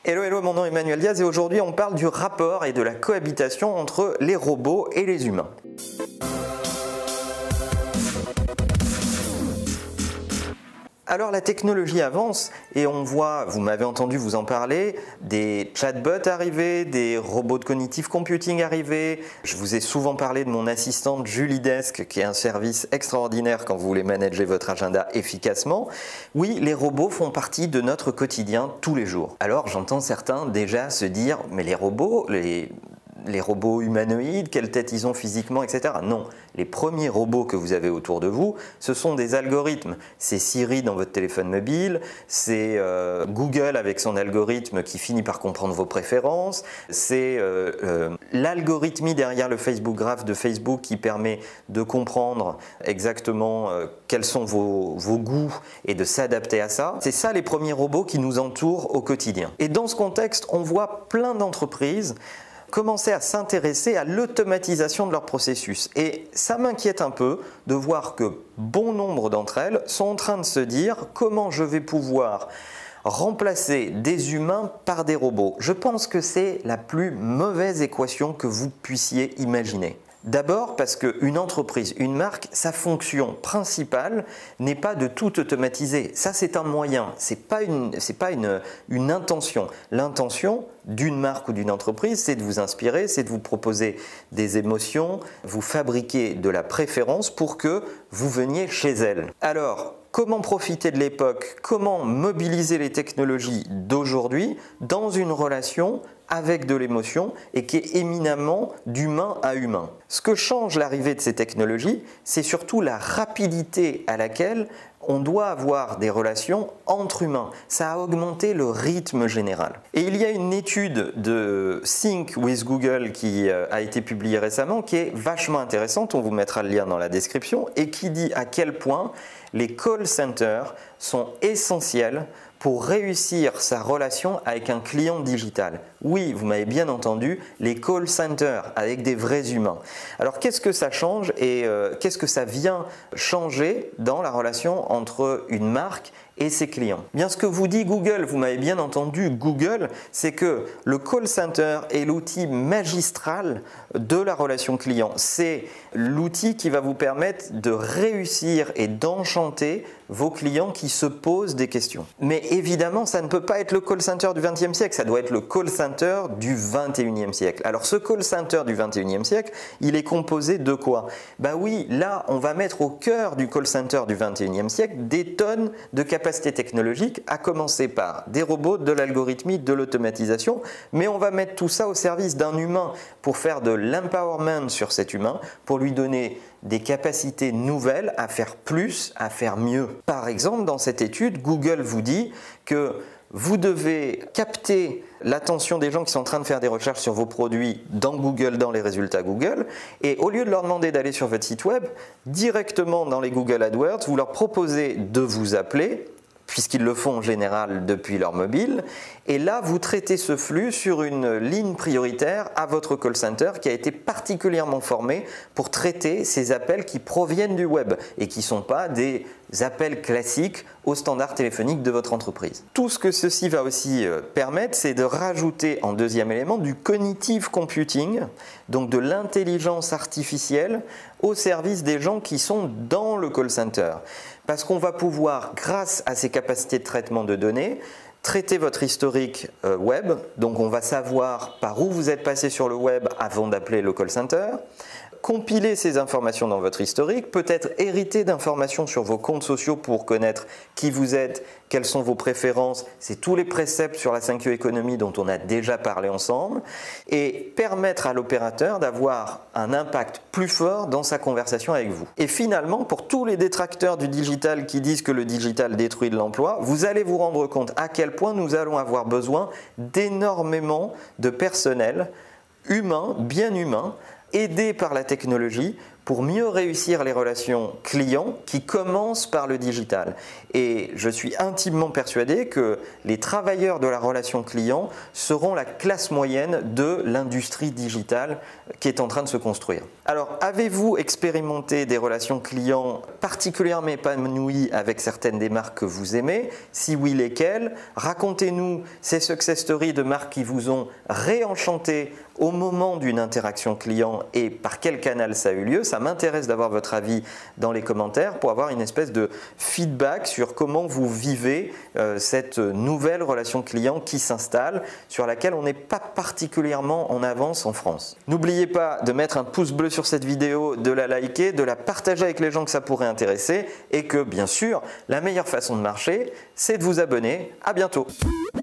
Hello, hello, mon nom est Emmanuel Diaz et aujourd'hui on parle du rapport et de la cohabitation entre les robots et les humains. Alors la technologie avance et on voit, vous m'avez entendu vous en parler, des chatbots arriver, des robots de cognitive computing arriver. Je vous ai souvent parlé de mon assistante Julie Desk qui est un service extraordinaire quand vous voulez manager votre agenda efficacement. Oui, les robots font partie de notre quotidien tous les jours. Alors j'entends certains déjà se dire, mais les robots humanoïdes, quelle tête ils ont physiquement, etc. Non, les premiers robots que vous avez autour de vous, ce sont des algorithmes. C'est Siri dans votre téléphone mobile, c'est Google avec son algorithme qui finit par comprendre vos préférences, c'est l'algorithmie derrière le Facebook Graph de Facebook qui permet de comprendre exactement quels sont vos goûts et de s'adapter à ça. C'est ça les premiers robots qui nous entourent au quotidien. Et dans ce contexte, on voit plein d'entreprises commencer à s'intéresser à l'automatisation de leur processus. Et ça m'inquiète un peu de voir que bon nombre d'entre elles sont en train de se dire comment je vais pouvoir remplacer des humains par des robots. Je pense que c'est la plus mauvaise équation que vous puissiez imaginer. D'abord parce qu'une entreprise, une marque, sa fonction principale n'est pas de tout automatiser. Ça, c'est un moyen, c'est pas une intention. L'intention d'une marque ou d'une entreprise, c'est de vous inspirer, c'est de vous proposer des émotions, vous fabriquer de la préférence pour que vous veniez chez elle. Alors, comment profiter de l'époque, comment mobiliser les technologies d'aujourd'hui dans une relation avec de l'émotion et qui est éminemment d'humain à humain. Ce que change l'arrivée de ces technologies, c'est surtout la rapidité à laquelle on doit avoir des relations entre humains. Ça a augmenté le rythme général. Et il y a une étude de Think with Google qui a été publiée récemment qui est vachement intéressante, on vous mettra le lien dans la description, et qui dit à quel point les call centers sont essentiels pour réussir sa relation avec un client digital. Oui, vous m'avez bien entendu, les call centers avec des vrais humains. Alors qu'est-ce que ça change et qu'est-ce que ça vient changer dans la relation entre une marque et ses clients? Bien, ce que vous dit Google, vous m'avez bien entendu, Google, c'est que le call center est l'outil magistral de la relation client. C'est l'outil qui va vous permettre de réussir et d'enchanter vos clients qui se posent des questions. Mais évidemment, ça ne peut pas être le call center du XXe siècle, ça doit être le call center du XXIe siècle. Alors ce call center du XXIe siècle, il est composé de quoi? Bah oui, là, on va mettre au cœur du call center du XXIe siècle des tonnes de capacités technologiques, à commencer par des robots, de l'algorithmie, de l'automatisation, mais on va mettre tout ça au service d'un humain pour faire de l'empowerment sur cet humain, pour lui donner des capacités nouvelles à faire plus, à faire mieux. Par exemple, dans cette étude, Google vous dit que vous devez capter l'attention des gens qui sont en train de faire des recherches sur vos produits dans Google, dans les résultats Google, et au lieu de leur demander d'aller sur votre site web, directement dans les Google AdWords, vous leur proposez de vous appeler, puisqu'ils le font en général depuis leur mobile, et là vous traitez ce flux sur une ligne prioritaire à votre call center qui a été particulièrement formé pour traiter ces appels qui proviennent du web et qui ne sont pas des appels classiques au standard téléphonique de votre entreprise. Tout ce que ceci va aussi permettre, c'est de rajouter en deuxième élément du cognitive computing, donc de l'intelligence artificielle au service des gens qui sont dans le call center. Parce qu'on va pouvoir, grâce à ces capacités de traitement de données, traiter votre historique web, donc on va savoir par où vous êtes passé sur le web avant d'appeler le call center, compiler ces informations dans votre historique, peut-être hériter d'informations sur vos comptes sociaux pour connaître qui vous êtes, quelles sont vos préférences, c'est tous les préceptes sur la 5E économie dont on a déjà parlé ensemble, et permettre à l'opérateur d'avoir un impact plus fort dans sa conversation avec vous. Et finalement, pour tous les détracteurs du digital qui disent que le digital détruit de l'emploi, vous allez vous rendre compte à quel point nous allons avoir besoin d'énormément de personnel humain, bien humain, aidés par la technologie pour mieux réussir les relations clients qui commencent par le digital. Et je suis intimement persuadé que les travailleurs de la relation client seront la classe moyenne de l'industrie digitale qui est en train de se construire. Alors, avez-vous expérimenté des relations clients particulièrement épanouies avec certaines des marques que vous aimez? Si oui, lesquelles? Racontez-nous ces success stories de marques qui vous ont réenchanté au moment d'une interaction client et par quel canal ça a eu lieu. Ça m'intéresse d'avoir votre avis dans les commentaires pour avoir une espèce de feedback sur comment vous vivez cette nouvelle relation client qui s'installe, sur laquelle on n'est pas particulièrement en avance en France. N'oubliez pas de mettre un pouce bleu sur cette vidéo, de la liker, de la partager avec les gens que ça pourrait intéresser et que bien sûr, la meilleure façon de marcher, c'est de vous abonner. À bientôt.